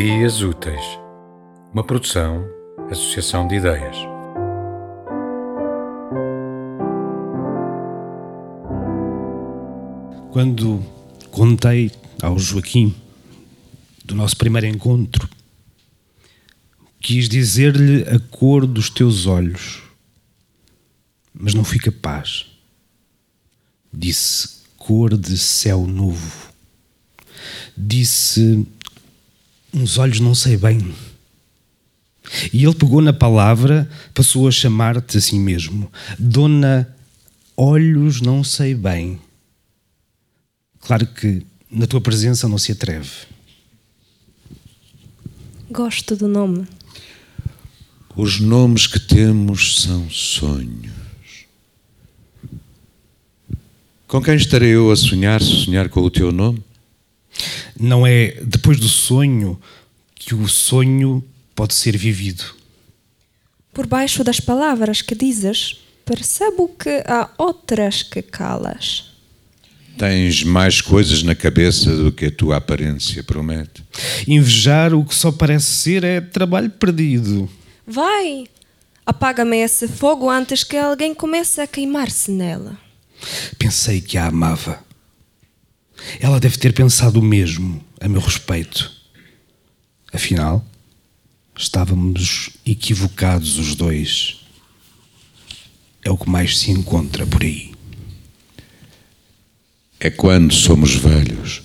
Dias Úteis, uma produção, associação de ideias. Quando contei ao Joaquim do nosso primeiro encontro, quis dizer-lhe a cor dos teus olhos, mas não fui capaz. Disse cor de céu novo. Disse uns olhos não sei bem. E ele pegou na palavra, passou a chamar-te assim mesmo. Dona Olhos não sei bem. Claro que na tua presença não se atreve. Gosto do nome. Os nomes que temos são sonhos. Com quem estarei eu a sonhar, se sonhar com o teu nome? Não é depois do sonho que o sonho pode ser vivido. Por baixo das palavras que dizes, percebo que há outras que calas. Tens mais coisas na cabeça do que a tua aparência promete. Invejar o que só parece ser é trabalho perdido. Vai! Apaga-me esse fogo antes que alguém comece a queimar-se nela. Pensei que a amava. Ela deve ter pensado o mesmo a meu respeito. Afinal, estávamos equivocados os dois. É o que mais se encontra por aí. É quando somos velhos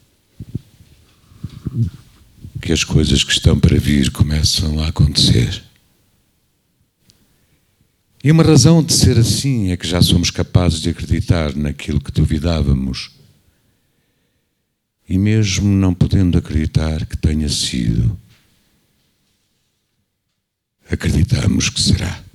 que as coisas que estão para vir começam a acontecer. E uma razão de ser assim é que já somos capazes de acreditar naquilo que duvidávamos. E mesmo não podendo acreditar que tenha sido, acreditamos que será.